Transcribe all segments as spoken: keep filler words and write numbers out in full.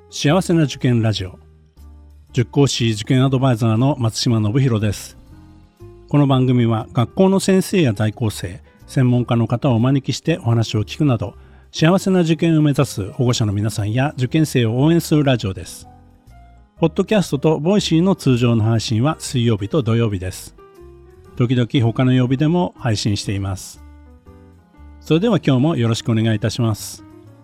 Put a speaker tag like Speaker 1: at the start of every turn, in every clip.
Speaker 1: 幸せな受験ラジオ、塾講師受験アドバイザーの松島信弘です。この番組は学校の先生や在校生、専門家の方をお招きしてお話を聞くなど、幸せな受験を目指す保護者の皆さんや受験生を応援するラジオです。ポッドキャストとボイシーの通常の配信は水曜日と土曜日です。時々他の曜日でも配信しています。それでは今日もよろしくお願いいたします。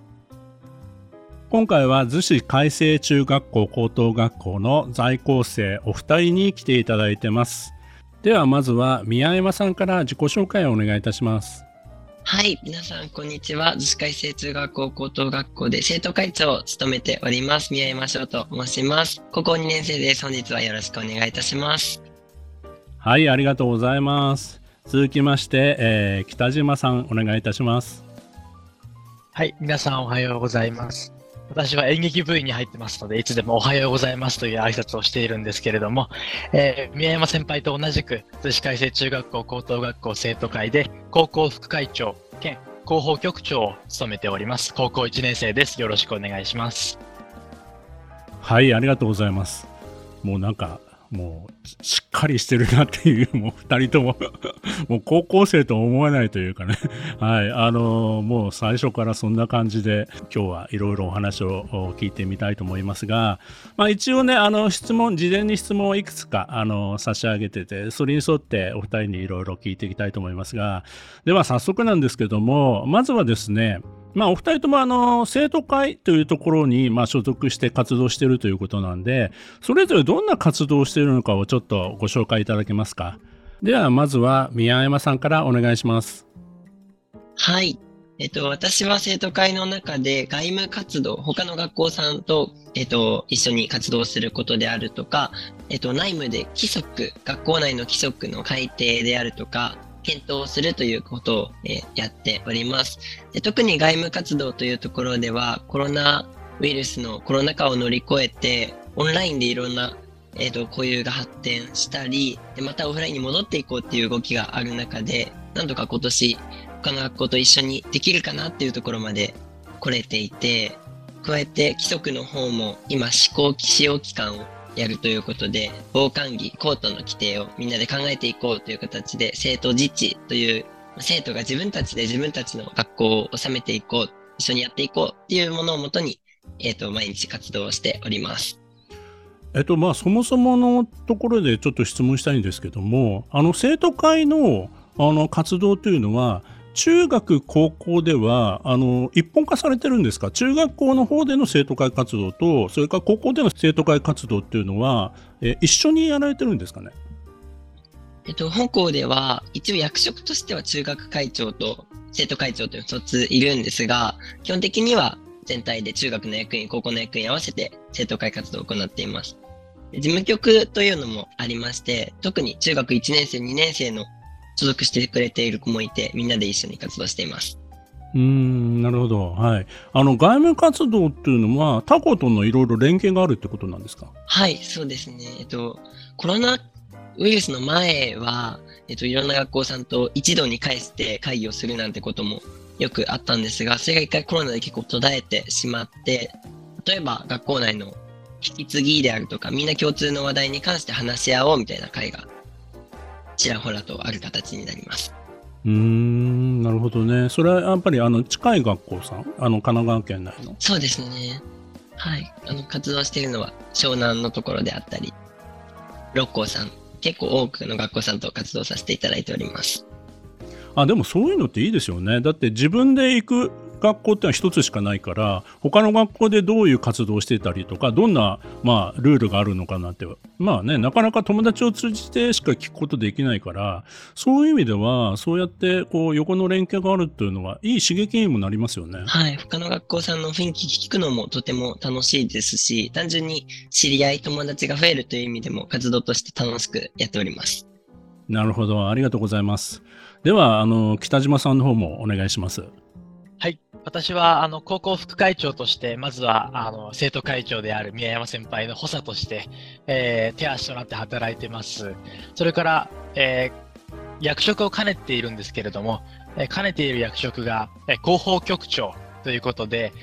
Speaker 1: 今回は逗子開成中学校高等学校の在校生お二人に来ていただいてます。ではまずは宮山さんから自己紹介をお願いいたします。
Speaker 2: はい、皆さんこんにちは。逗子開成中学校高等学校で生徒会長を務めております宮山翔と申します。高校にねん生です。本日はよろしくお願いいたします。
Speaker 1: はい、ありがとうございます。続きまして、えー、北島さんお願いいたします。
Speaker 3: はい、皆さんおはようございます。私は演劇部員に入ってますので、いつでもおはようございますという挨拶をしているんですけれども、えー、宮山先輩と同じく逗子開成中学校高等学校生徒会で高校副会長兼広報局長を務めております。高校いちねん生です。よろしくお願いします。
Speaker 1: はい、ありがとうございます。もうなんかもうしっかりしてるなっていう、もうふたりとももう高校生と思えないというかねはい、あのー、もう最初からそんな感じで今日はいろいろお話を聞いてみたいと思いますが、まあ、一応ねあの質問事前に質問をいくつかあの差し上げてて、それに沿ってお二人にいろいろ聞いていきたいと思いますが、では早速なんですけども、まずはですね、まあ、お二人ともあの生徒会というところにまあ所属して活動しているということなんで、それぞれどんな活動をしているのかをちょっとご紹介いただけますか。ではまずは宮山さんからお願いします。
Speaker 2: はい、えっと、私は生徒会の中で外務活動、他の学校さんと、えっと、一緒に活動することであるとか、えっと、内務で規則、学校内の規則の改定であるとか検討するということを、えー、やっております。で、特に外務活動というところでは、コロナウイルスのコロナ禍を乗り越えて、オンラインでいろんな、えーと、交流が発展したり、で、またオフラインに戻っていこうっていう動きがある中で、なんとか今年、他の学校と一緒にできるかなっていうところまで来れていて、加えて規則の方も今試行使用期間をやるということで、防寒着、コートの規定をみんなで考えていこうという形で、生徒自治という生徒が自分たちで自分たちの学校を収めていこう、一緒にやっていこうっていうものをもとに、えっと、毎日活動しております。
Speaker 1: えっとまあそもそものところでちょっと質問したいんですけども、あの生徒会のあの活動というのは中学高校ではあの一本化されてるんですか。中学校の方での生徒会活動と、それから高校での生徒会活動っていうのはえ一緒にやられてるんですかね。
Speaker 2: えっと、本校では一応役職としては中学会長と生徒会長というふたついるんですが、基本的には全体で中学の役員、高校の役員合わせて生徒会活動を行っています。事務局というのもありまして、特に中学いちねん生、にねん生の所属してくれている子もいて、みんなで一緒に活動しています。
Speaker 1: うーん、なるほど。はい。あの外務活動っていうのは他校とのいろいろ連携があるってことなんですか。
Speaker 2: はい、そうですね。えっと、コロナウイルスの前は、えっと、いろんな学校さんと一堂に会して会議をするなんてこともよくあったんですが、それが一回コロナで結構途絶えてしまって、例えば学校内の引き継ぎであるとか、みんな共通の話題に関して話し合おうみたいな会がちらほらとある形になります。
Speaker 1: うーん、なるほどね。それはやっぱりあの近い学校さん、あの神奈川県内の。
Speaker 2: そうですね。はい。あの活動しているのは湘南のところであったり、六甲さん、結構多くの学校さんと活動させていただいております。
Speaker 1: あ、でもそういうのっていいですよね。だって自分で行く学校ってのは一つしかないから、他の学校でどういう活動をしてたりとか、どんな、まあ、ルールがあるのかなって、まあね、なかなか友達を通じてしか聞くことできないから、そういう意味ではそうやってこう横の連携があるっていうのはいい刺激にもなりますよね。
Speaker 2: はい、他の学校さんの雰囲気聞くのもとても楽しいですし、単純に知り合い友達が増えるという意味でも活動として楽しくやっております。
Speaker 1: なるほど、ありがとうございます。ではあの北島さんの方もお願いします。
Speaker 3: はい、私はあの高校副会長として、まずはあの生徒会長である宮山先輩の補佐として、えー、手足となって働いてます。それから、えー、役職を兼ねているんですけれども、えー、兼ねている役職が、えー、広報局長ということで、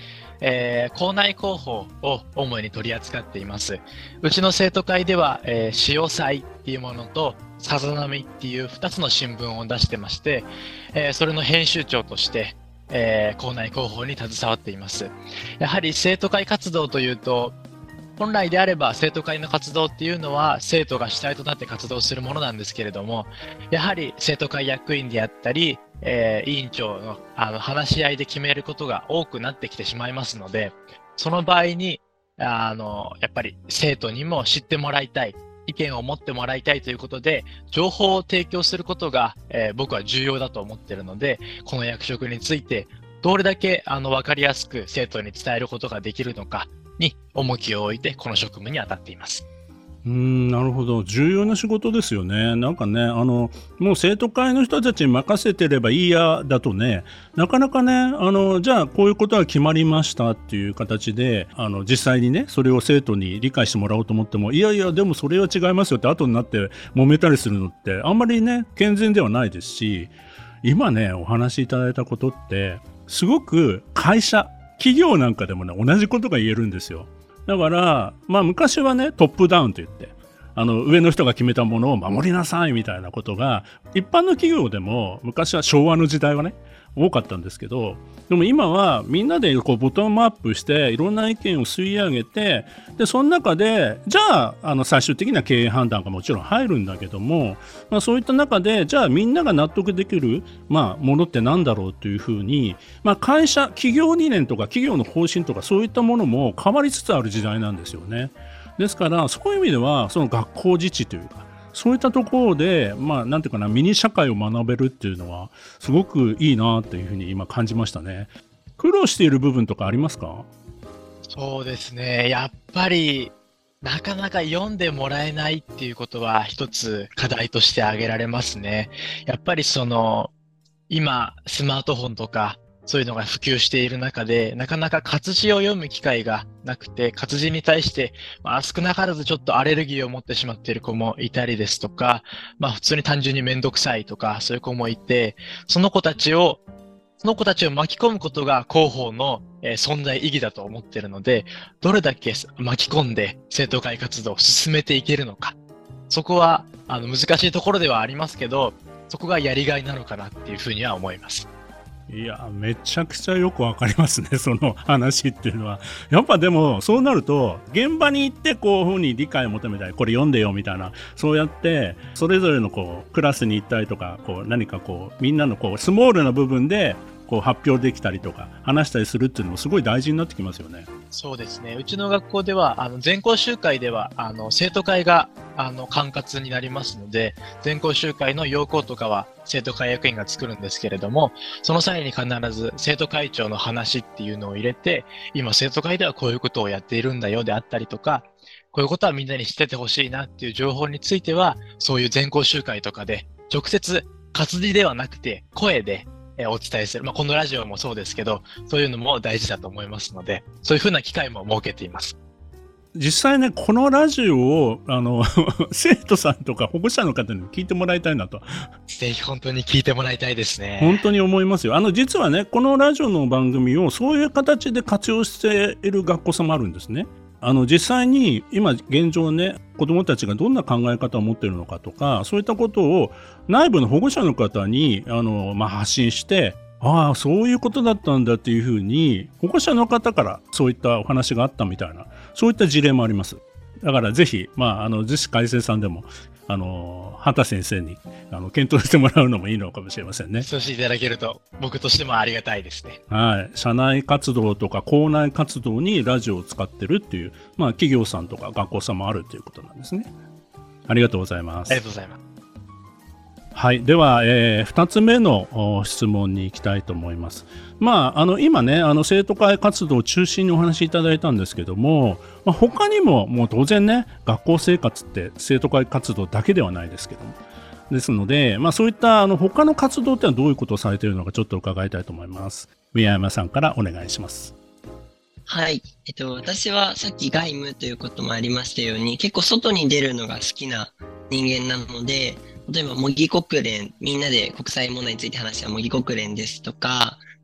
Speaker 3: えー校内広報を主に取り扱っています。うちの生徒会では、えー、潮祭っていうものとさざ波っていうふたつの新聞を出してまして、えーそれの編集長として、えー校内広報に携わっています。やはり生徒会活動というと、本来であれば生徒会の活動っていうのは生徒が主体となって活動するものなんですけれども、やはり生徒会役員であったり、えー委員長の、あの話し合いで決めることが多くなってきてしまいますので、その場合にあのやっぱり生徒にも知ってもらいたい、意見を持ってもらいたいということで、情報を提供することが、えー僕は重要だと思っているので、この役職についてどれだけあの分かりやすく生徒に伝えることができるのかに重きを置いてこの職務に当たっています。
Speaker 1: うーん、なるほど。重要な仕事ですよね。なんかね、あの、もう生徒会の人たちに任せてればいいやだとね、なかなかね、あの、じゃあこういうことが決まりましたっていう形で、あの、実際にね、それを生徒に理解してもらおうと思っても、いやいや、でもそれは違いますよって後になって揉めたりするのって、あんまりね、健全ではないですし、今ね、お話しいただいたことって、すごく会社、企業なんかでもね、同じことが言えるんですよ。だから、まあ昔はね、トップダウンと言って、あの、上の人が決めたものを守りなさいみたいなことが、一般の企業でも、昔は昭和の時代はね、多かったんですけど、でも今はみんなでこうボトムアップしていろんな意見を吸い上げて、でその中でじゃあ、あの最終的な経営判断がもちろん入るんだけども、まあ、そういった中でじゃあみんなが納得できる、まあ、ものってなんだろうというふうに、まあ、会社企業理念とか企業の方針とかそういったものも変わりつつある時代なんですよね。ですからそういう意味ではその学校自治というかそういったところで、まあ、なんていうかな、ミニ社会を学べるっていうのは、すごくいいなというふうに今感じましたね。苦労している部分とかありますか？
Speaker 3: そうですね。やっぱり、なかなか読んでもらえないっていうことは一つ課題として挙げられますね。やっぱりその、今、スマートフォンとか、そういうのが普及している中で、なかなか活字を読む機会がなくて、活字に対して、まあ、少なからずちょっとアレルギーを持ってしまっている子もいたりですとか、まあ普通に単純にめんどくさいとか、そういう子もいて、その子たちを、その子たちを巻き込むことが広報の、えー存在意義だと思っているので、どれだけ巻き込んで生徒会活動を進めていけるのか。そこはあの難しいところではありますけど、そこがやりがいなのかなっていうふうには思います。
Speaker 1: いや、めちゃくちゃよくわかりますね、その話っていうのは。やっぱでも、そうなると、現場に行って、こういうふうに理解を求めたり、これ読んでよみたいな、そうやって、それぞれのこうクラスに行ったりとか、こう何かこう、みんなのこうスモールな部分で、こう発表できたりとか、話したりするっていうのもすごい大事になってきますよね。
Speaker 3: そうですね。うちの学校では、あの全校集会では、あの生徒会があの管轄になりますので、全校集会の要項とかは生徒会役員が作るんですけれども、その際に必ず生徒会長の話っていうのを入れて、今生徒会ではこういうことをやっているんだよであったりとか、こういうことはみんなに知っててほしいなっていう情報については、そういう全校集会とかで直接活字ではなくて声でえーお伝えする。まあ、このラジオもそうですけど、そういうのも大事だと思いますので、そういうふうな機会も設けています。
Speaker 1: 実際ね、このラジオを、あの、生徒さんとか保護者の方にも聞いてもらいたいなと。
Speaker 3: ぜひ本当に聞いてもらいたいですね。
Speaker 1: 本当に思いますよ。あの、実はね、このラジオの番組をそういう形で活用している学校さんもあるんですね。あの、実際に今現状ね、子どもたちがどんな考え方を持っているのかとか、そういったことを内部の保護者の方に、あの、まあ、発信して、ああ、そういうことだったんだっていうふうに、保護者の方からそういったお話があったみたいな、そういった事例もあります。だからぜひ、まあ、あの、逗子改正さんでも、あの、畑先生にあの検討してもらうのもいいのかもしれませんね。
Speaker 3: そうしていただけると、僕としてもありがたいですね。
Speaker 1: はい。社内活動とか校内活動にラジオを使ってるっていう、まあ、企業さんとか学校さんもあるということなんですね。ありがとうございます。
Speaker 3: ありがとうございます。
Speaker 1: はい。では、えー、ふたつめの質問に行きたいと思います。まあ、あの、今ね、あの、生徒会活動を中心にお話しいただいたんですけども、まあ、他にも、もう当然ね、学校生活って生徒会活動だけではないですけども。ですので、まあ、そういったあの他の活動ってのはどういうことをされているのかちょっと伺いたいと思います。宮山さんからお願いします。
Speaker 2: はい。えっと、私はさっき外務ということもありましたように、結構外に出るのが好きな人間なので、例えば模擬国連、みんなで国際問題について話した模擬国連ですとか、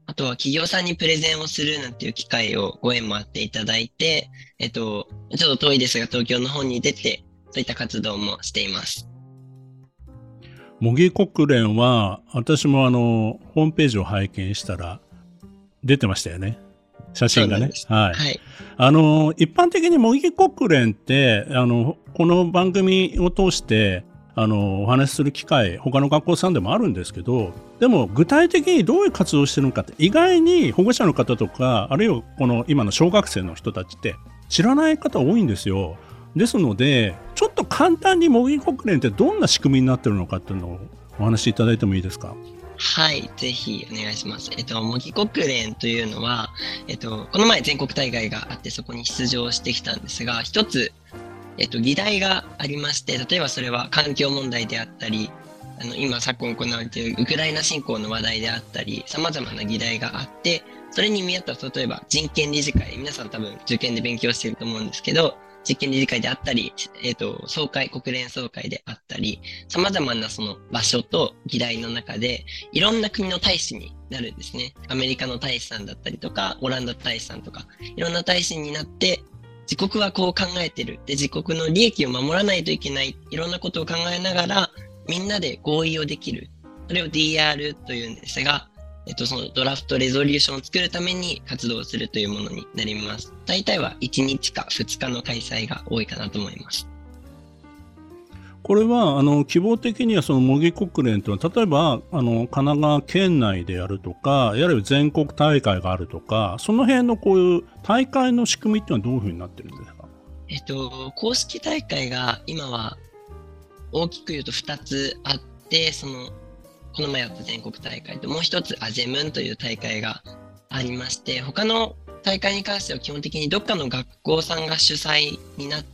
Speaker 2: あとは企業さんにプレゼンをするなんていう機会をご縁もあっていただいて、えっと、ちょっと遠いですが東京の方に出て、そういった活動もしています。
Speaker 1: 模擬国連は、私もあの、ホームページを拝見したら、出てましたよね。写真がね。はい。はい。あの、一般的に模擬国連って、あの、この番組を通して、あの、お話しする機会、他の学校さんでもあるんですけど、でも具体的にどういう活動をしてるのかって、意外に保護者の方とか、あるいはこの今の小学生の人たちって知らない方多いんですよ。ですので、ちょっと簡単に模擬国連ってどんな仕組みになってるのかっていうのをお話しいただいてもいいですか？
Speaker 2: はい、ぜひお願いします。えっと、模擬国連というのは、えっと、この前全国大会があってそこに出場してきたんですが、一つ、えっと、議題がありまして、例えばそれは環境問題であったり、あの、今昨今行われているウクライナ侵攻の話題であったり、様々な議題があって、それに見合った例えば人権理事会、皆さん多分受験で勉強していると思うんですけど、実験理事会であったり、えっと、総会、国連総会であったり、様々なその場所と議題の中で、いろんな国の大使になるんですね。アメリカの大使さんだったりとか、オランダ大使さんとか、いろんな大使になって、自国はこう考えてる。で、自国の利益を守らないといけない。いろんなことを考えながら、みんなで合意をできる。それを ディーアール というんですが、えっと、そのドラフトレゾリューションを作るために活動するというものになります。大体はいちにちかふつかの開催が多いかなと思います。
Speaker 1: これはあの希望的にはその模擬国連というのは、例えばあの神奈川県内でやるとか、いわゆる全国大会があるとか、その辺のこういう大会の仕組みっていうのはどういうふうになってるんですか？
Speaker 2: えっと、公式大会が今は大きく言うとふたつあって、そのこの前やった全国大会と、もう一つアジェムンという大会がありまして、他の大会に関しては基本的にどっかの学校さんが主催になって、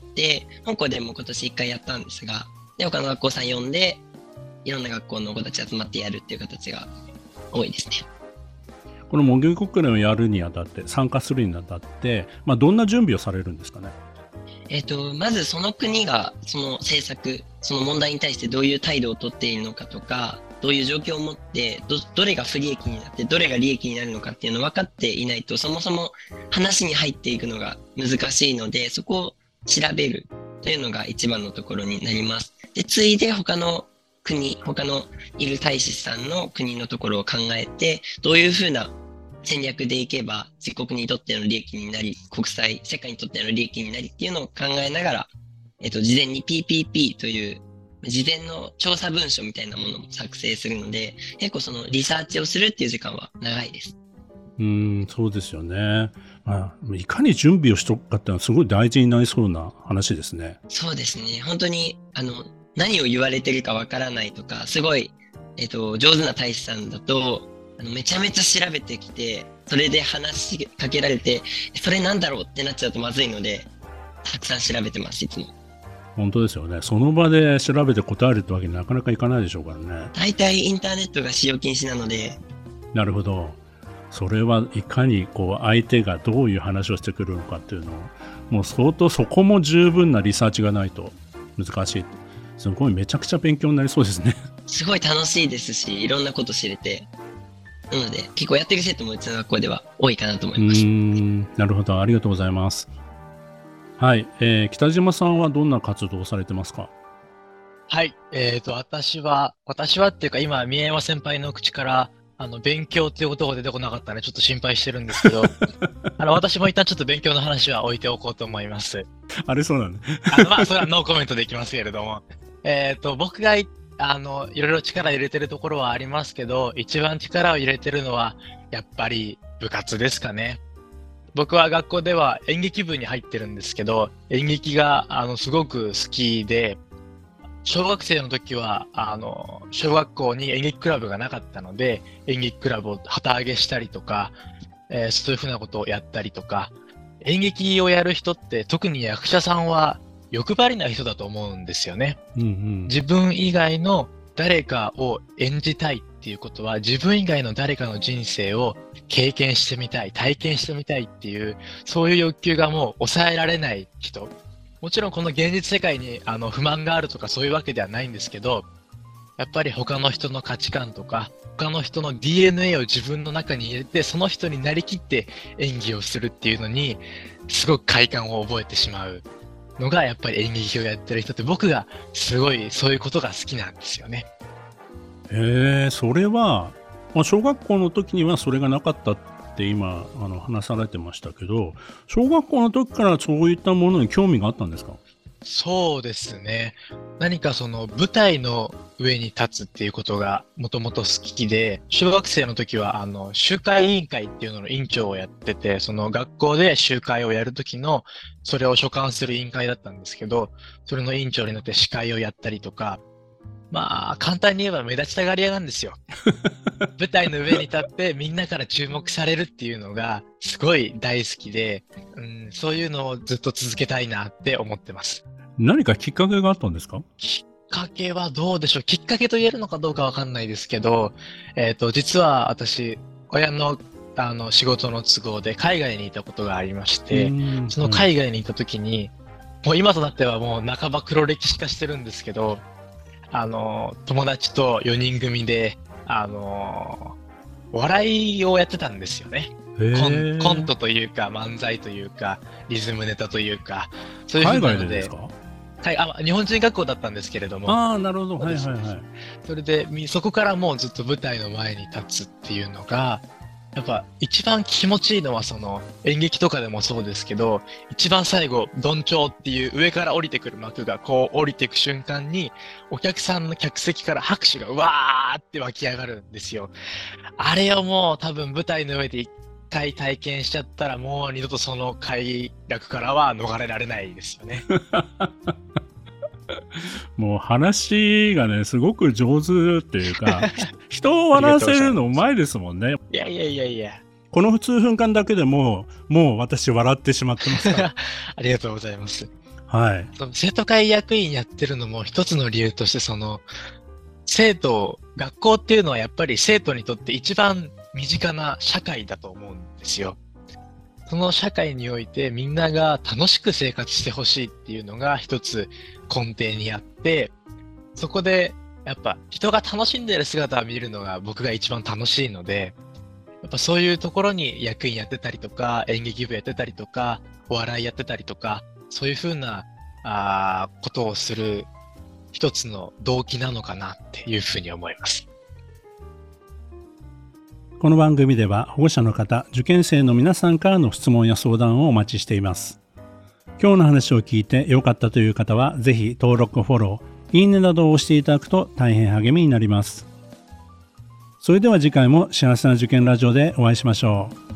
Speaker 2: 香港でも今年いっかいやったんですが、で他の学校さん呼んで、いろんな学校の子たち集まってやるっていう形が多いですね。
Speaker 1: この模擬国連をやるにあたって、参加するにあたって、まあ、どんな準備をされるんですかね？
Speaker 2: えっと、まずその国がその政策、その問題に対してどういう態度をとっているのかとか、どういう状況を持ってど、どれが不利益になって、どれが利益になるのかっていうのを分かっていないと、そもそも話に入っていくのが難しいので、そこを調べるというのが一番のところになります。で、次いで他の国、他のいる大使さんの国のところを考えて、どういうふうな戦略でいけば自国にとっての利益になり、国際、世界にとっての利益になりっていうのを考えながら、えっと、事前に ピーピーピー という事前の調査文書みたいなものも作成するので、結構そのリサーチをするっていう時間は長いです。
Speaker 1: うーん、そうですよね。まあ、いかに準備をしとくかっていうのはすごい大事になりそうな話ですね。
Speaker 2: そうですね。本当に、あの、何を言われてるかわからないとか、すごい、えっと、上手な大使さんだと、あのめちゃめちゃ調べてきて、それで話しかけられて、それなんだろうってなっちゃうとまずいので、たくさん調べてます、いつも。
Speaker 1: 本当ですよね。その場で調べて答えるってわけになかなかいかないでしょうからね。
Speaker 2: 大体インターネットが使用禁止なので。
Speaker 1: なるほど。それはいかにこう相手がどういう話をしてくるのかっていうのを、もう相当そこも十分なリサーチがないと難しい。すごいめちゃくちゃ勉強になりそうですね。
Speaker 2: すごい楽しいですし、いろんなこと知れて。なので、結構やってる生徒もうちの学校では多いかなと思います。
Speaker 1: うーん、なるほど。ありがとうございます。はい、えー、北島さんはどんな活動をされてますか？
Speaker 3: はい、えーと、私は、私はっていうか今、宮山先輩の口から、あの、勉強っていうことが出てこなかったので、ちょっと心配してるんですけど、あの、私も一旦ちょっと勉強の話は置いておこうと思います。
Speaker 1: あれそうなんだ。
Speaker 3: あの、まあ、それはノーコメントでいきますけれども、えーと、僕がい、あの、いろいろ力入れてるところはありますけど、一番力を入れてるのは、やっぱり部活ですかね。僕は学校では演劇部に入ってるんですけど、演劇があのすごく好きで、小学生の時はあの小学校に演劇クラブがなかったので、演劇クラブを旗揚げしたりとか、えー、そういうふうなことをやったりとか、演劇をやる人って特に役者さんは欲張りな人だと思うんですよね。
Speaker 1: うんうん、
Speaker 3: 自分以外の誰かを演じたいっていうことは、自分以外の誰かの人生を経験してみたい、体験してみたいっていう、そういう欲求がもう抑えられない人。もちろんこの現実世界にあの不満があるとかそういうわけではないんですけど、 やっぱり他の人の価値観とか、他の人の ディーエヌエー を自分の中に入れて、その人になりきって演技をするっていうのに、すごく快感を覚えてしまうのが、やっぱり演劇をやってる人って、僕がすごいそういうことが好きなんですよね。
Speaker 1: へえ、それは、まあ、小学校の時にはそれがなかったって今あの話されてましたけど、小学校の時からそういったものに興味があったんですか？
Speaker 3: そうですね。何かその舞台の上に立つっていうことがもともと好きで、小学生の時はあの集会委員会っていうのの委員長をやってて、その学校で集会をやる時のそれを所管する委員会だったんですけど、それの委員長になって司会をやったりとか、まあ簡単に言えば目立ちたがり屋なんですよ。舞台の上に立ってみんなから注目されるっていうのがすごい大好きで、うん、そういうのをずっと続けたいなって思ってます。
Speaker 1: 何かきっかけがあったんですか？
Speaker 3: きっかけはどうでしょう。きっかけと言えるのかどうかわかんないですけど、えっと、実は私、親の、あの、仕事の都合で海外にいたことがありまして、その海外にいた時に、もう今となってはもう半ば黒歴史化してるんですけど、あの、友達とよにん組で、あの、お笑いをやってたんですよね。コン、コントというか、漫才というか、リズムネタというか、そういうふうなので。
Speaker 1: 海外でですか？
Speaker 3: はい、あ、日本人学校だったんですけれども。
Speaker 1: ああ、なるほど。はいはいはい。
Speaker 3: それで、みそこからもうずっと舞台の前に立つっていうのが、やっぱ一番気持ちいいのはその演劇とかでもそうですけど、一番最後、どんちょうっていう上から降りてくる幕がこう降りていく瞬間に、お客さんの客席から拍手がうわーって湧き上がるんですよ。あれをもう多分舞台の上で一回体験しちゃったらもう二度とその快楽からは逃れられないですよね。
Speaker 1: もう話がね、すごく上手っていうか、人を笑わせるのうまいですもんね。
Speaker 3: いやいやいやいや。
Speaker 1: この数分間だけでも、もう私笑ってしまってますから。
Speaker 3: ありがとうございます。
Speaker 1: はい。
Speaker 3: その生徒会役員やってるのも一つの理由として、その、生徒、学校っていうのはやっぱり生徒にとって一番身近な社会だと思うんですよ。その社会においてみんなが楽しく生活してほしいっていうのが一つ根底にあって、そこでやっぱ人が楽しんでる姿を見るのが僕が一番楽しいので、やっぱそういうところに役員やってたりとか、演劇部やってたりとか、お笑いやってたりとか、そういうふうなあことをする一つの動機なのかなっていうふうに思います。
Speaker 1: この番組では保護者の方、受験生の皆さんからの質問や相談をお待ちしています。今日の話を聞いて良かったという方は、ぜひ登録、フォロー、いいねなどを押していただくと大変励みになります。それでは次回も幸せな受験ラジオでお会いしましょう。